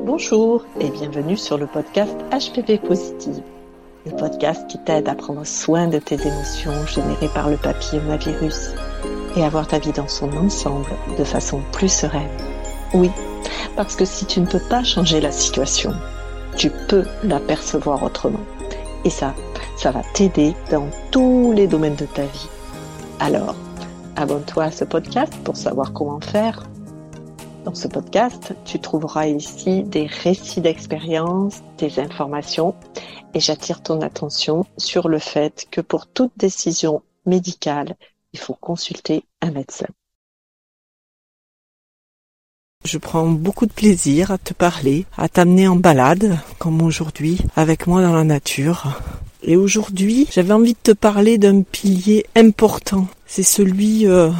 Bonjour et bienvenue sur le podcast HPP Positive, le podcast qui t'aide à prendre soin de tes émotions générées par le papillomavirus et à voir ta vie dans son ensemble de façon plus sereine. Oui, parce que si tu ne peux pas changer la situation, tu peux la percevoir autrement. Et ça va t'aider dans tous les domaines de ta vie. Alors, abonne-toi à ce podcast pour savoir comment faire. Dans ce podcast, tu trouveras ici des récits d'expériences, des informations et j'attire ton attention sur le fait que pour toute décision médicale, il faut consulter un médecin. Je prends beaucoup de plaisir à te parler, à t'amener en balade, comme aujourd'hui, avec moi dans la nature. Et aujourd'hui, j'avais envie de te parler d'un pilier important. C'est celui de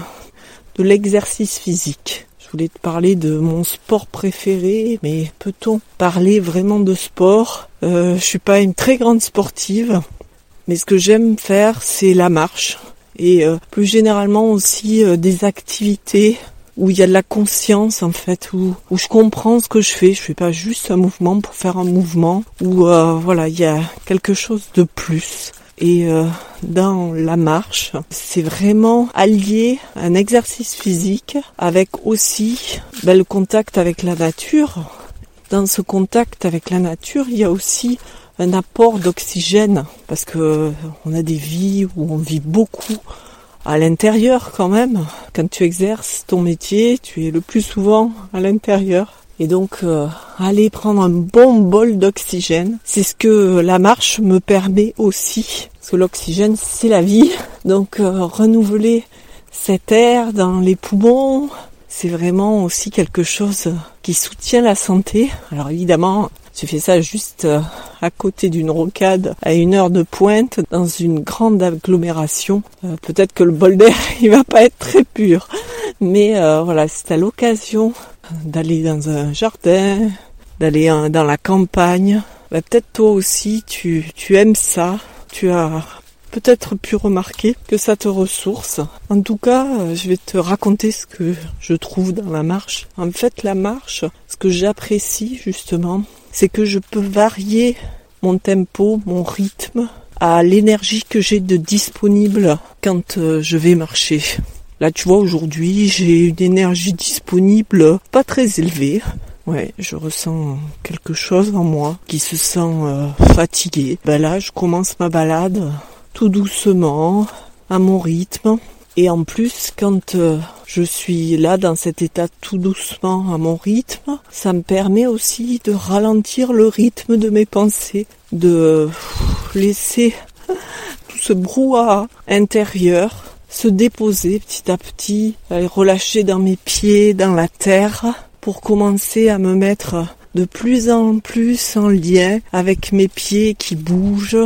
l'exercice physique. Je voulais te parler de mon sport préféré, mais peut-on parler vraiment de sport ? Je suis pas une très grande sportive, mais ce que j'aime faire, c'est la marche. Et plus généralement aussi des activités où il y a de la conscience en fait, où je comprends ce que je fais pas juste un mouvement pour faire un mouvement, où il y a quelque chose de plus. Et dans la marche, c'est vraiment allier un exercice physique avec aussi le contact avec la nature. Dans ce contact avec la nature, il y a aussi un apport d'oxygène, parce que on a des vies où on vit beaucoup à l'intérieur quand même. Quand tu exerces ton métier, tu es le plus souvent à l'intérieur. Et donc, aller prendre un bon bol d'oxygène, c'est ce que la marche me permet aussi. Parce que l'oxygène, c'est la vie. Donc, renouveler cet air dans les poumons, c'est vraiment aussi quelque chose qui soutient la santé. Alors évidemment, tu fais ça juste à côté d'une rocade, à une heure de pointe, dans une grande agglomération. Peut-être que le bol d'air, il va pas être très pur. Mais si t'as l'occasion d'aller dans un jardin, d'aller dans la campagne, peut-être toi aussi tu aimes ça, tu as peut-être pu remarquer que ça te ressource. En tout cas, je vais te raconter ce que je trouve dans la marche. En fait, la marche, ce que j'apprécie justement, c'est que je peux varier mon tempo, mon rythme à l'énergie que j'ai de disponible quand je vais marcher. Là, tu vois, aujourd'hui, j'ai une énergie disponible pas très élevée. Ouais, je ressens quelque chose en moi qui se sent fatigué. Là, je commence ma balade tout doucement, à mon rythme. Et en plus, quand je suis là dans cet état tout doucement à mon rythme, ça me permet aussi de ralentir le rythme de mes pensées, de laisser tout ce brouhaha intérieur se déposer petit à petit, aller relâcher dans mes pieds, dans la terre, pour commencer à me mettre de plus en plus en lien avec mes pieds qui bougent,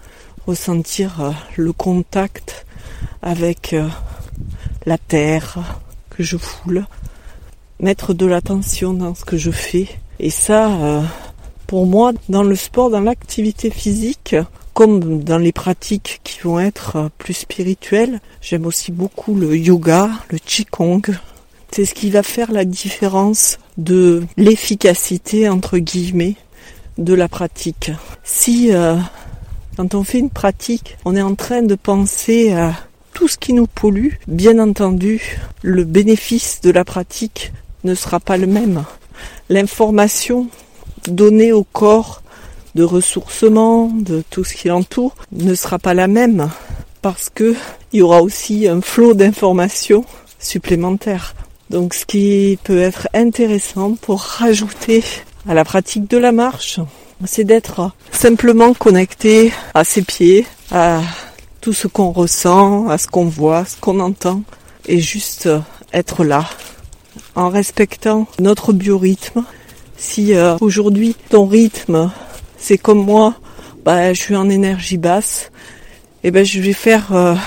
ressentir le contact avec la terre que je foule, mettre de l'attention dans ce que je fais. Et ça, pour moi, dans le sport, dans l'activité physique, comme dans les pratiques qui vont être plus spirituelles, j'aime aussi beaucoup le yoga, le qigong. C'est ce qui va faire la différence de l'efficacité, entre guillemets, de la pratique. Si, quand on fait une pratique, on est en train de penser à tout ce qui nous pollue, bien entendu, le bénéfice de la pratique ne sera pas le même. L'information donnée au corps de ressourcement, de tout ce qui l'entoure, ne sera pas la même, parce que il y aura aussi un flot d'informations supplémentaires. Donc ce qui peut être intéressant pour rajouter à la pratique de la marche, c'est d'être simplement connecté à ses pieds, à tout ce qu'on ressent, à ce qu'on voit, ce qu'on entend, et juste être là, en respectant notre biorhythme. Si aujourd'hui ton rythme, c'est comme moi, je suis en énergie basse, et je vais faire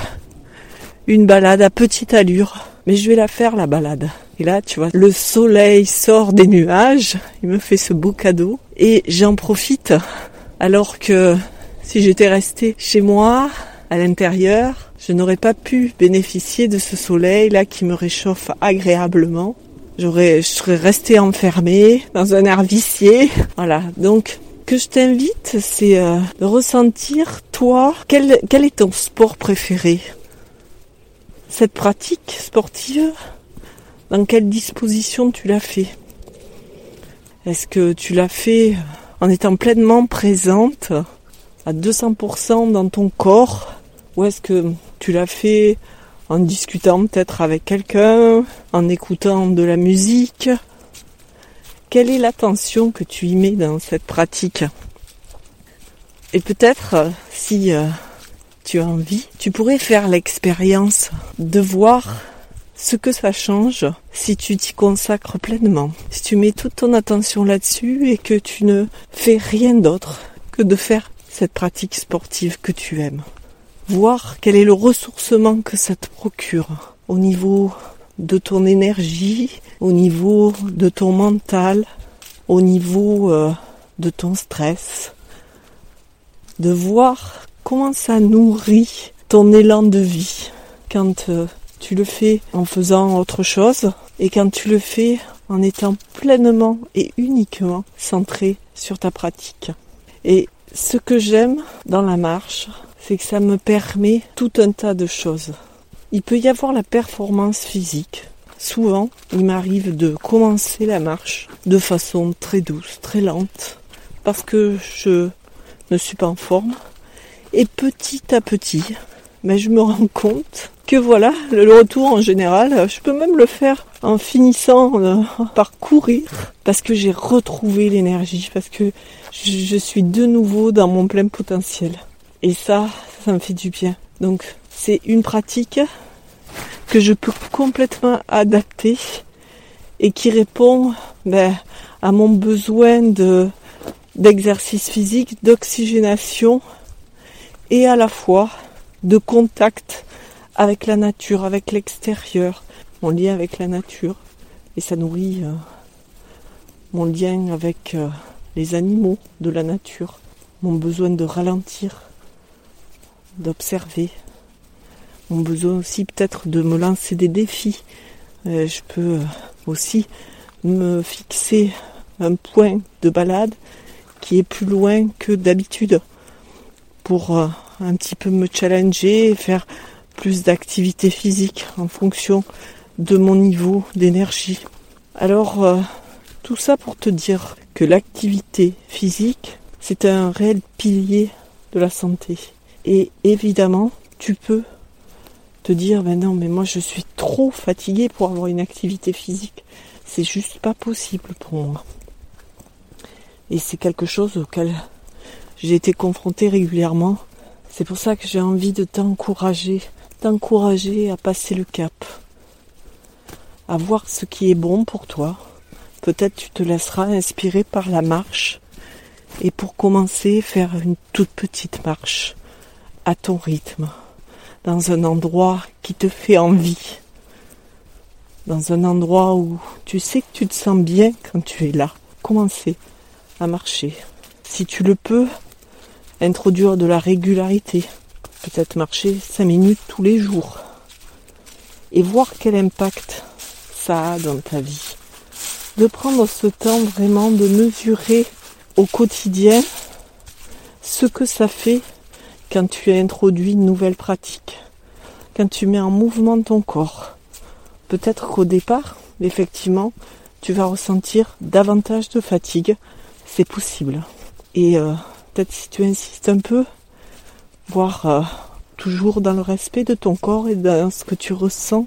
une balade à petite allure, mais je vais la faire la balade. Et là, tu vois, le soleil sort des nuages, il me fait ce beau cadeau, et j'en profite, alors que si j'étais restée chez moi, à l'intérieur, je n'aurais pas pu bénéficier de ce soleil-là qui me réchauffe agréablement. je serais restée enfermée dans un air vicié. Voilà, donc ce que je t'invite, c'est de ressentir, toi, quel est ton sport préféré? Cette pratique sportive, dans quelle disposition tu l'as fait? Est-ce que tu l'as fait en étant pleinement présente à 200% dans ton corps? Ou est-ce que tu l'as fait en discutant peut-être avec quelqu'un, en écoutant de la musique? Quelle est l'attention que tu y mets dans cette pratique? Et peut-être, si tu as envie, tu pourrais faire l'expérience de voir ce que ça change si tu t'y consacres pleinement. Si tu mets toute ton attention là-dessus et que tu ne fais rien d'autre que de faire cette pratique sportive que tu aimes. Voir quel est le ressourcement que ça te procure au niveau de ton énergie, au niveau de ton mental, au niveau de ton stress. De voir comment ça nourrit ton élan de vie quand tu le fais en faisant autre chose et quand tu le fais en étant pleinement et uniquement centré sur ta pratique. Et ce que j'aime dans la marche, c'est que ça me permet tout un tas de choses. Il peut y avoir la performance physique. Souvent, il m'arrive de commencer la marche de façon très douce, très lente, parce que je ne suis pas en forme. Et petit à petit, je me rends compte que voilà, le retour en général, je peux même le faire en finissant par courir, parce que j'ai retrouvé l'énergie, parce que je suis de nouveau dans mon plein potentiel. Et ça me fait du bien. Donc, c'est une pratique que je peux complètement adapter et qui répond à mon besoin d'exercice physique, d'oxygénation et à la fois de contact avec la nature, avec l'extérieur, mon lien avec la nature. Et ça nourrit mon lien avec les animaux de la nature, mon besoin de ralentir, d'observer, mon besoin aussi peut-être de me lancer des défis. Je peux aussi me fixer un point de balade qui est plus loin que d'habitude pour un petit peu me challenger et faire plus d'activité physique en fonction de mon niveau d'énergie. Alors, tout ça pour te dire que l'activité physique, c'est un réel pilier de la santé. Et évidemment, tu peux te dire, non, mais moi je suis trop fatiguée pour avoir une activité physique. C'est juste pas possible pour moi. Et c'est quelque chose auquel j'ai été confrontée régulièrement. C'est pour ça que j'ai envie de t'encourager à passer le cap, à voir ce qui est bon pour toi. Peut-être tu te laisseras inspirer par la marche et pour commencer, faire une toute petite marche à ton rythme, dans un endroit qui te fait envie, dans un endroit où tu sais que tu te sens bien quand tu es là. Commencer à marcher. Si tu le peux, introduire de la régularité. Peut-être marcher 5 minutes tous les jours. Et voir quel impact ça a dans ta vie. De prendre ce temps vraiment de mesurer au quotidien ce que ça fait quand tu as introduit une nouvelle pratique. Quand tu mets en mouvement ton corps. Peut-être qu'au départ, effectivement, tu vas ressentir davantage de fatigue. C'est possible. Et peut-être si tu insistes un peu, voir toujours dans le respect de ton corps et dans ce que tu ressens,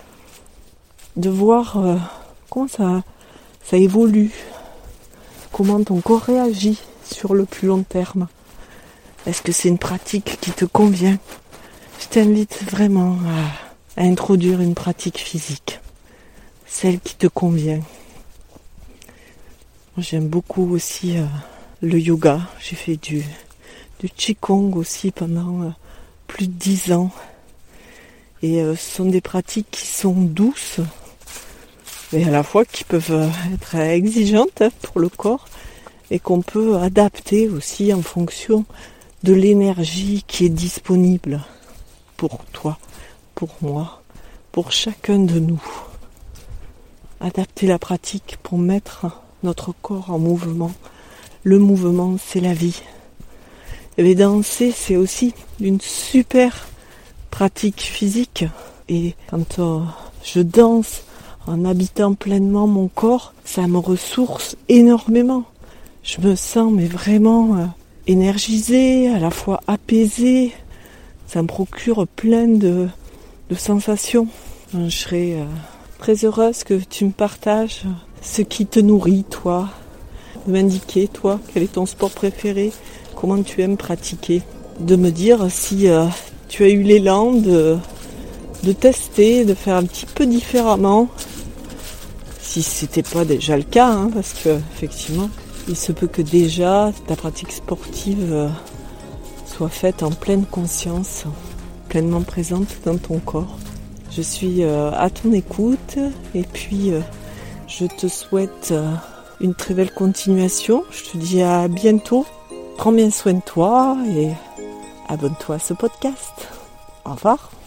de voir comment ça évolue, comment ton corps réagit sur le plus long terme. Est-ce que c'est une pratique qui te convient? Je t'invite vraiment à introduire une pratique physique, celle qui te convient. Moi, j'aime beaucoup aussi le yoga. J'ai fait du qigong aussi pendant plus de 10 ans. Et ce sont des pratiques qui sont douces, mais à la fois qui peuvent être exigeantes pour le corps et qu'on peut adapter aussi en fonction de l'énergie qui est disponible pour toi, pour moi, pour chacun de nous. adapter la pratique pour mettre notre corps en mouvement. Le mouvement, c'est la vie. Et danser, c'est aussi une super pratique physique. Et quand je danse en habitant pleinement mon corps, ça me ressource énormément. Je me sens vraiment énergisée, à la fois apaisée. Ça me procure plein de sensations. Je serais très heureuse que tu me partages ce qui te nourrit, toi. De m'indiquer, toi, quel est ton sport préféré, comment tu aimes pratiquer. De me dire si tu as eu l'élan de tester, de faire un petit peu différemment. Si c'était pas déjà le cas, parce que effectivement, il se peut que déjà ta pratique sportive soit faite en pleine conscience, pleinement présente dans ton corps. Je suis à ton écoute et puis je te souhaite une très belle continuation. Je te dis à bientôt. Prends bien soin de toi et abonne-toi à ce podcast. Au revoir.